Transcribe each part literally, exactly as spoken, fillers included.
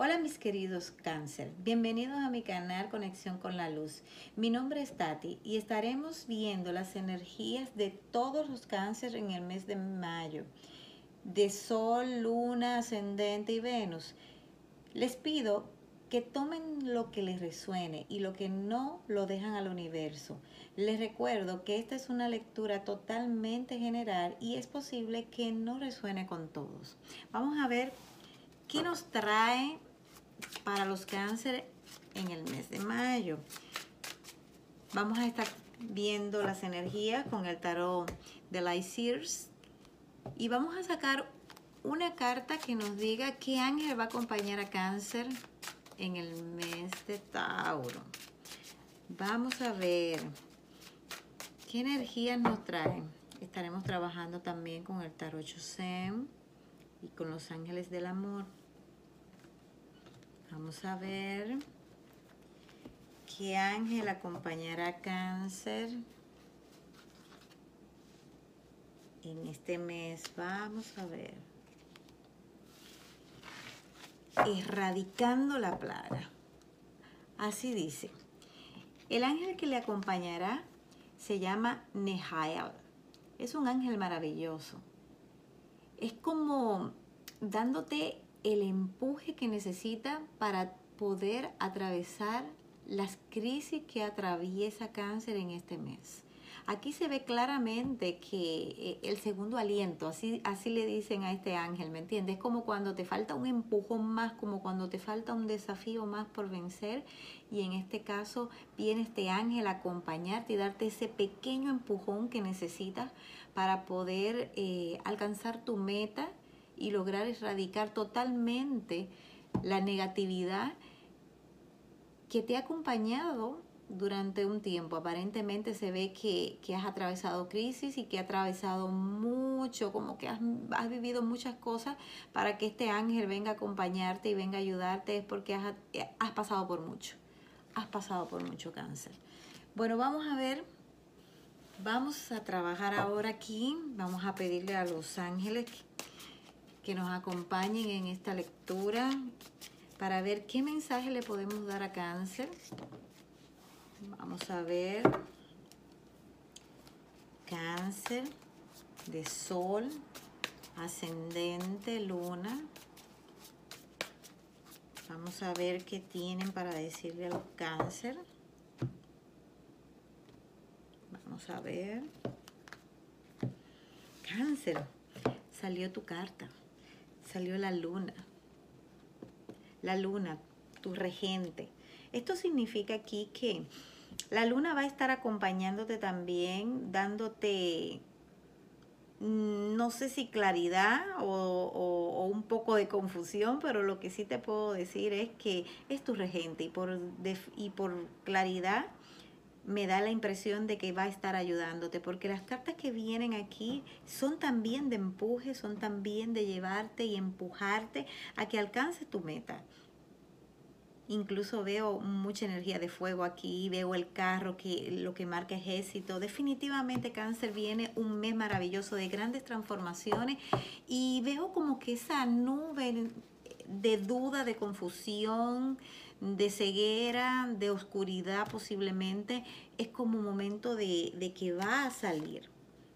Hola mis queridos cáncer, bienvenidos a mi canal Conexión con la Luz. Mi nombre es Tati y estaremos viendo las energías de todos los cánceres en el mes de mayo, de Sol, Luna, Ascendente y Venus. Les pido que tomen lo que les resuene y lo que no lo dejan al universo. Les recuerdo que esta es una lectura totalmente general y es posible que no resuene con todos. Vamos a ver qué nos trae para los cánceres en el mes de mayo. Vamos a estar viendo las energías con el tarot de Light Seers y vamos a sacar una carta que nos diga qué ángel va a acompañar a cáncer en el mes de Tauro. Vamos a ver qué energías nos traen. Estaremos trabajando también con el tarot Chosen y con los ángeles del amor. Vamos a ver qué ángel acompañará a cáncer en este mes. Vamos a ver. Erradicando la plaga. Así dice. El ángel que le acompañará se llama Nehael. Es un ángel maravilloso. Es como dándote el empuje que necesita para poder atravesar las crisis que atraviesa cáncer en este mes. Aquí se ve claramente que el segundo aliento, así, así le dicen a este ángel, ¿me entiendes? Es como cuando te falta un empujón más, como cuando te falta un desafío más por vencer, y en este caso viene este ángel a acompañarte y darte ese pequeño empujón que necesitas para poder eh, alcanzar tu meta y lograr erradicar totalmente la negatividad que te ha acompañado durante un tiempo. Aparentemente se ve que, que has atravesado crisis y que has atravesado mucho, como que has, has vivido muchas cosas. Para que este ángel venga a acompañarte y venga a ayudarte es porque has, has pasado por mucho. Has pasado por mucho, cáncer. Bueno, vamos a ver. Vamos a trabajar ahora aquí. Vamos a pedirle a los ángeles que que nos acompañen en esta lectura para ver qué mensaje le podemos dar a cáncer. Vamos a ver. Cáncer de Sol, Ascendente, Luna. Vamos a ver qué tienen para decirle a los cáncer. Vamos a ver. Cáncer, salió tu carta. Salió la luna. La luna, tu regente. Esto significa aquí que la luna va a estar acompañándote también, dándote, no sé si claridad o, o, o un poco de confusión, pero lo que sí te puedo decir es que es tu regente y por, y por claridad me da la impresión de que va a estar ayudándote, porque las cartas que vienen aquí son también de empuje, son también de llevarte y empujarte a que alcances tu meta. Incluso veo mucha energía de fuego aquí, veo el carro, que lo que marca es éxito. Definitivamente cáncer, viene un mes maravilloso de grandes transformaciones y veo como que esa nube de duda, de confusión, de ceguera, de oscuridad posiblemente, es como un momento de, de que va a salir.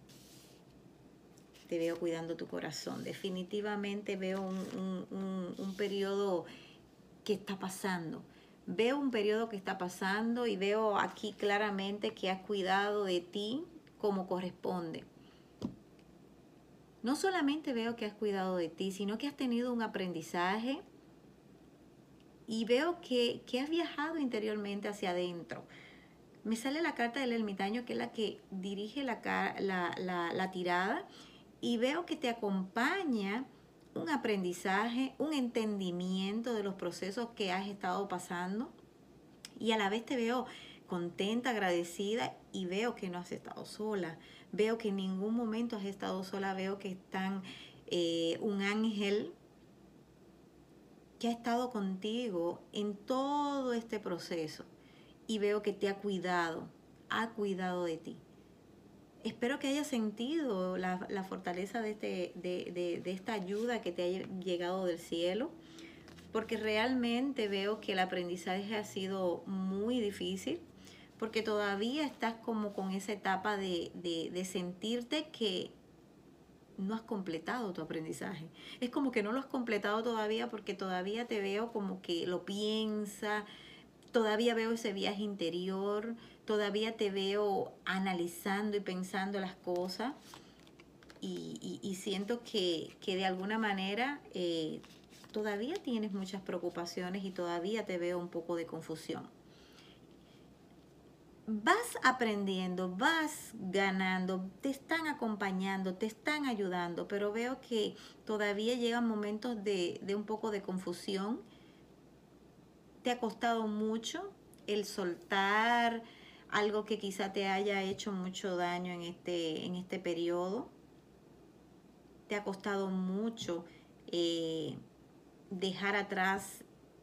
Te veo cuidando tu corazón. Definitivamente veo un, un, un, un periodo que está pasando. Veo un periodo que está pasando y veo aquí claramente que has cuidado de ti como corresponde. No solamente veo que has cuidado de ti, sino que has tenido un aprendizaje y veo que, que has viajado interiormente hacia adentro. Me sale la carta del ermitaño, que es la que dirige la, la, la, la tirada, y veo que te acompaña un aprendizaje, un entendimiento de los procesos que has estado pasando, y a la vez te veo contenta, agradecida, y veo que no has estado sola. Veo que en ningún momento has estado sola. Veo que están eh, un ángel que ha estado contigo en todo este proceso y veo que te ha cuidado, ha cuidado de ti. Espero que hayas sentido la, la fortaleza de, este, de, de, de esta ayuda que te ha llegado del cielo, porque realmente veo que el aprendizaje ha sido muy difícil, porque todavía estás como con esa etapa de, de, de sentirte que no has completado tu aprendizaje. Es como que no lo has completado todavía porque todavía te veo como que lo piensas, todavía veo ese viaje interior, todavía te veo analizando y pensando las cosas y, y, y siento que, que de alguna manera eh, todavía tienes muchas preocupaciones y todavía te veo un poco de confusión. Vas aprendiendo, vas ganando, te están acompañando, te están ayudando, pero veo que todavía llegan momentos de, de un poco de confusión. Te ha costado mucho el soltar algo que quizá te haya hecho mucho daño en este, en este periodo. Te ha costado mucho eh, dejar atrás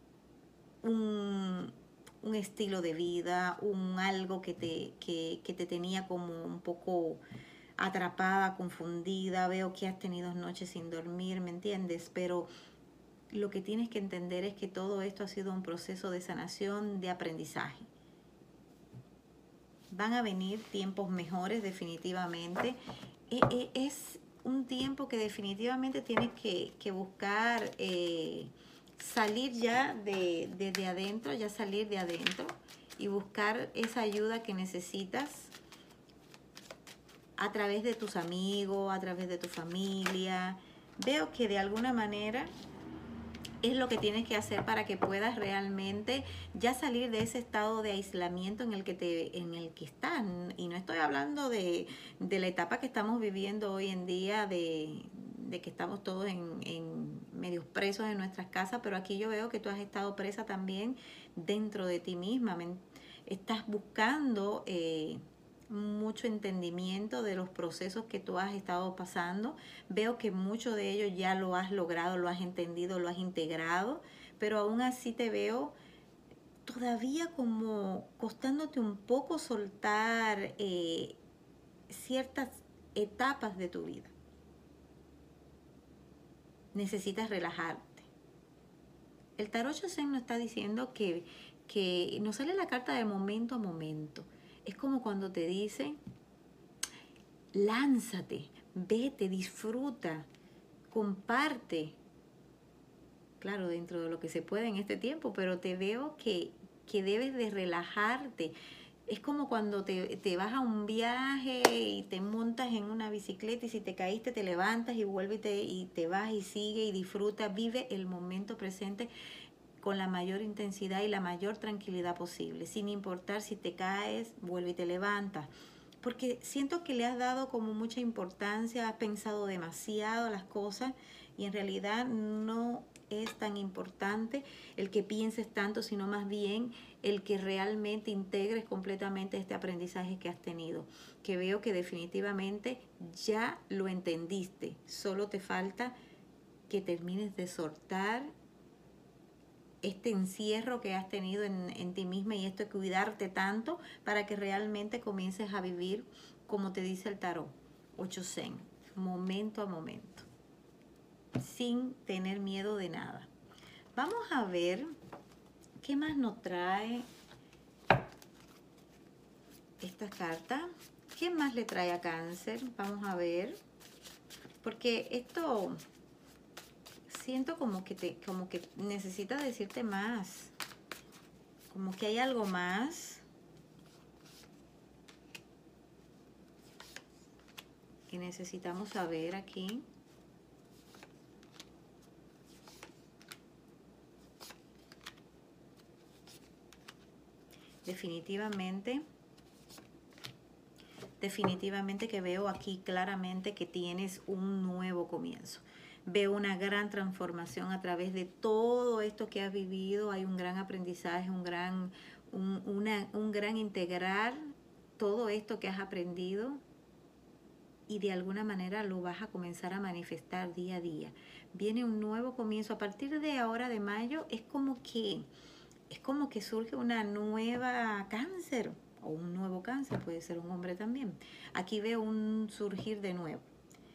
un, un estilo de vida, un algo que te, que, que te tenía como un poco atrapada, confundida. Veo que has tenido noches sin dormir, ¿me entiendes? Pero lo que tienes que entender es que todo esto ha sido un proceso de sanación, de aprendizaje. Van a venir tiempos mejores definitivamente. Es un tiempo que definitivamente tienes que, que buscar eh, salir ya de, de, de adentro, ya salir de adentro y buscar esa ayuda que necesitas a través de tus amigos, a través de tu familia. Veo que de alguna manera es lo que tienes que hacer para que puedas realmente ya salir de ese estado de aislamiento en el que te, en el que están. Y no estoy hablando de, de la etapa que estamos viviendo hoy en día, de, de que estamos todos en, en medios presos en nuestras casas, pero aquí yo veo que tú has estado presa también dentro de ti misma. Estás buscando eh, mucho entendimiento de los procesos que tú has estado pasando. Veo que mucho de ello ya lo has logrado, lo has entendido, lo has integrado, pero aún así te veo todavía como costándote un poco soltar eh, ciertas etapas de tu vida. Necesitas relajarte. El Tarot Chosen nos está diciendo que, que nos sale la carta de momento a momento. Es como cuando te dicen, lánzate, vete, disfruta, comparte. Claro, dentro de lo que se puede en este tiempo, pero te veo que, que debes de relajarte. Es como cuando te, te vas a un viaje y te montas en una bicicleta y si te caíste te levantas y vuelves y te, y te vas y sigue y disfruta. Vive el momento presente con la mayor intensidad y la mayor tranquilidad posible, sin importar si te caes, vuelve y te levantas. Porque siento que le has dado como mucha importancia, has pensado demasiado las cosas y en realidad no es tan importante el que pienses tanto, sino más bien el que realmente integres completamente este aprendizaje que has tenido, que veo que definitivamente ya lo entendiste, solo te falta que termines de soltar este encierro que has tenido en, en ti misma y esto de cuidarte tanto para que realmente comiences a vivir como te dice el tarot, ocho zen, momento a momento, sin tener miedo de nada. Vamos a ver qué más nos trae esta carta. ¿Qué más le trae a Cáncer? Vamos a ver, porque esto siento como que te, como que necesita decirte más, como que hay algo más que necesitamos saber aquí. Definitivamente, definitivamente que veo aquí claramente que tienes un nuevo comienzo. Veo una gran transformación a través de todo esto que has vivido. Hay un gran aprendizaje, un gran, un, una, un gran integrar todo esto que has aprendido y de alguna manera lo vas a comenzar a manifestar día a día. Viene un nuevo comienzo. A partir de ahora de mayo es como que, es como que surge una nueva Cáncer o un nuevo Cáncer, puede ser un hombre también. Aquí veo un surgir de nuevo.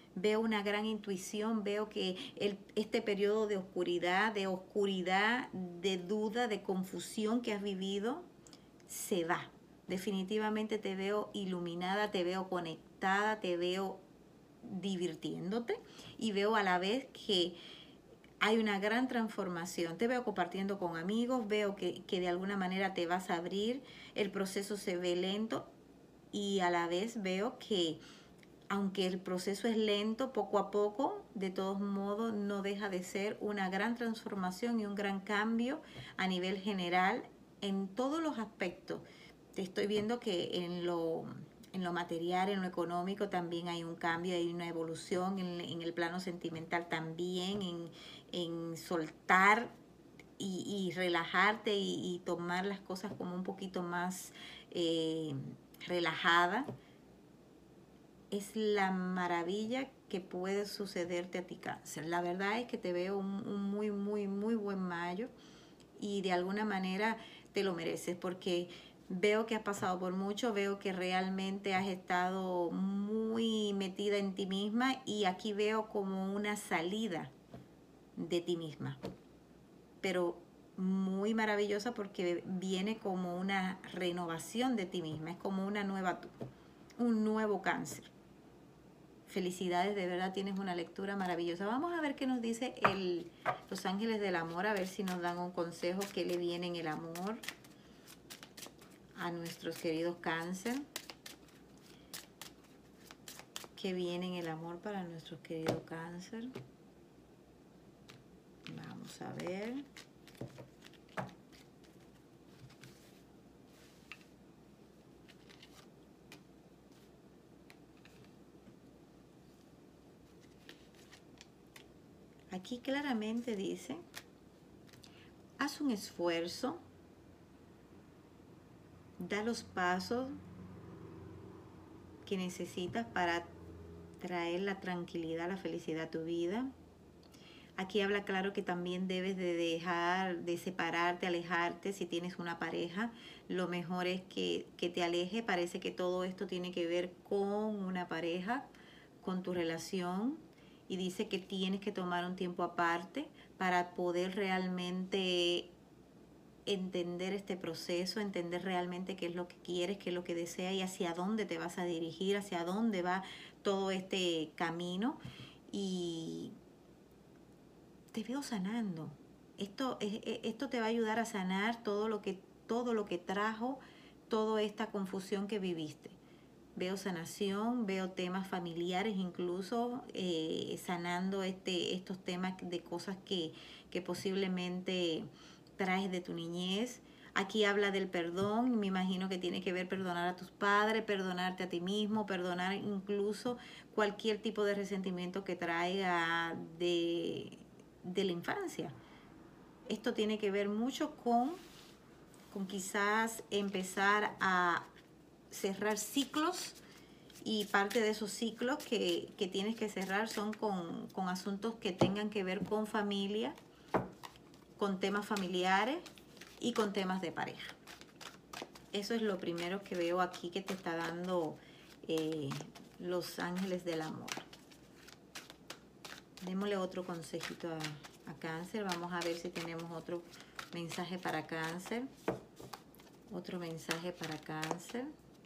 Veo una gran intuición, veo que el, este periodo de oscuridad, de oscuridad, de duda, de confusión que has vivido, se va. Definitivamente te veo iluminada, te veo conectada, te veo divirtiéndote y veo a la vez que hay una gran transformación. Te veo compartiendo con amigos, veo que, que de alguna manera te vas a abrir, el proceso se ve lento y a la vez veo que aunque el proceso es lento, poco a poco, de todos modos no deja de ser una gran transformación y un gran cambio a nivel general en todos los aspectos. Te estoy viendo que en lo, en lo material, en lo económico también hay un cambio, hay una evolución, en, en el plano sentimental también, en, en soltar y, y relajarte y, y tomar las cosas como un poquito más eh, relajada. Es la maravilla que puede sucederte a ti, Cáncer. La verdad es que te veo un, un muy, muy, muy buen mayo y de alguna manera te lo mereces porque veo que has pasado por mucho, veo que realmente has estado muy metida en ti misma y aquí veo como una salida de ti misma, pero muy maravillosa porque viene como una renovación de ti misma, es como una nueva tú, un nuevo Cáncer. Felicidades, de verdad tienes una lectura maravillosa. Vamos a ver qué nos dice el, los ángeles del amor, a ver si nos dan un consejo que le viene en el amor a nuestros queridos Cáncer. ¿Qué viene en el amor para nuestros queridos Cáncer? Vamos a ver. Aquí claramente dice, haz un esfuerzo, da los pasos que necesitas para traer la tranquilidad, la felicidad a tu vida. Aquí habla claro que también debes de dejar, de separarte, alejarte. Si tienes una pareja, lo mejor es que, que te aleje. Parece que todo esto tiene que ver con una pareja, con tu relación. Y dice que tienes que tomar un tiempo aparte para poder realmente entender este proceso, entender realmente qué es lo que quieres, qué es lo que deseas y hacia dónde te vas a dirigir, hacia dónde va todo este camino. Y te veo sanando. Esto, esto te va a ayudar a sanar todo lo que, todo lo que trajo toda esta confusión que viviste. Veo sanación, veo temas familiares incluso, eh, sanando este, estos temas de cosas que, que posiblemente traes de tu niñez. Aquí habla del perdón, me imagino que tiene que ver perdonar a tus padres, perdonarte a ti mismo, perdonar incluso cualquier tipo de resentimiento que traiga de, de la infancia. Esto tiene que ver mucho con, con quizás empezar a cerrar ciclos y parte de esos ciclos que, que tienes que cerrar son con, con asuntos que tengan que ver con familia, con temas familiares y con temas de pareja. Eso es lo primero que veo aquí que te está dando eh, los ángeles del amor. Démosle otro consejito a, a Cáncer. Vamos a ver si tenemos otro mensaje para Cáncer. Otro mensaje para Cáncer.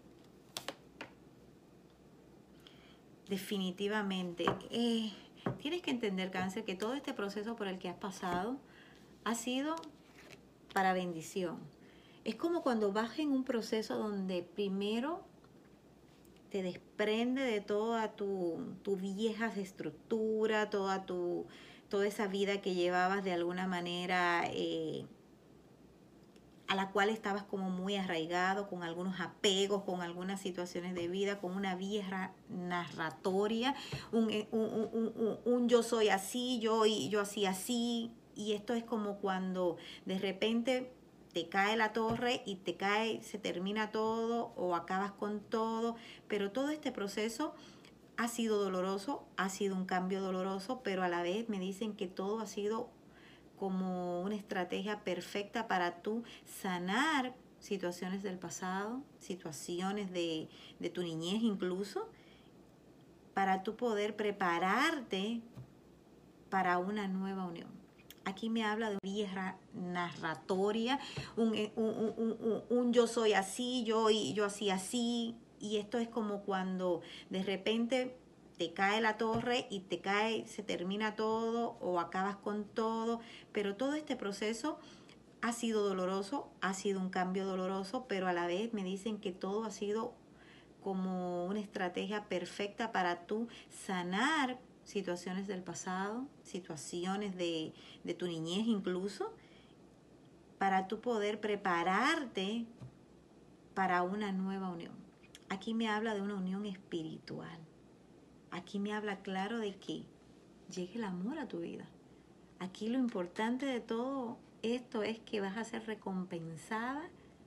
Definitivamente. Eh, tienes que entender, Cáncer, que todo este proceso por el que has pasado ha sido para bendición. Es como cuando vas en un proceso donde primero te desprende de toda tu, tu vieja estructura, toda, tu, toda esa vida que llevabas de alguna manera, eh, a la cual estabas como muy arraigado, con algunos apegos, con algunas situaciones de vida, con una vieja narratoria, un, un, un, un, un yo soy así, yo, y yo así, así, y esto es como cuando de repente te cae la torre y te cae, se termina todo o acabas con todo, pero todo este proceso ha sido doloroso, ha sido un cambio doloroso, pero a la vez me dicen que todo ha sido como una estrategia perfecta para tú sanar situaciones del pasado, situaciones de, de tu niñez incluso, para tú poder prepararte para una nueva unión. Aquí me habla de una vieja narratoria, un, un, un, un, un yo soy así, yo, y yo así, así. Y esto es como cuando de repente te cae la torre y te cae, se termina todo o acabas con todo. Pero todo este proceso ha sido doloroso, ha sido un cambio doloroso, pero a la vez me dicen que todo ha sido como una estrategia perfecta para tú sanar situaciones del pasado, situaciones de, de tu niñez incluso, para tú poder prepararte para una nueva unión. Aquí me habla de una unión espiritual. Aquí me habla claro de que llegue el amor a tu vida. Aquí lo importante de todo esto es que vas a ser recompensada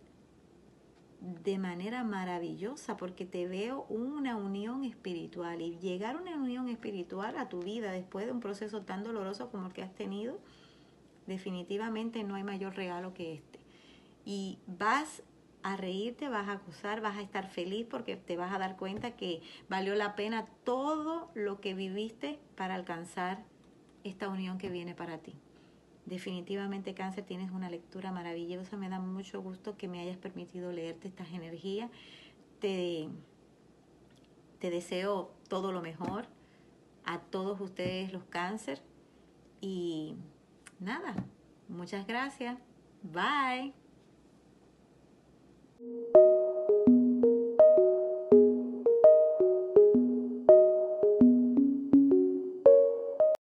de manera maravillosa, porque te veo una unión espiritual, y llegar a una unión espiritual a tu vida después de un proceso tan doloroso como el que has tenido, definitivamente no hay mayor regalo que este. Y vas a reírte, vas a gozar, vas a estar feliz, porque te vas a dar cuenta que valió la pena todo lo que viviste para alcanzar esta unión que viene para ti. Definitivamente, Cáncer, tienes una lectura maravillosa. Me da mucho gusto que me hayas permitido leerte estas energías. Te, te deseo todo lo mejor a todos ustedes los Cáncer. Y nada, muchas gracias. Bye.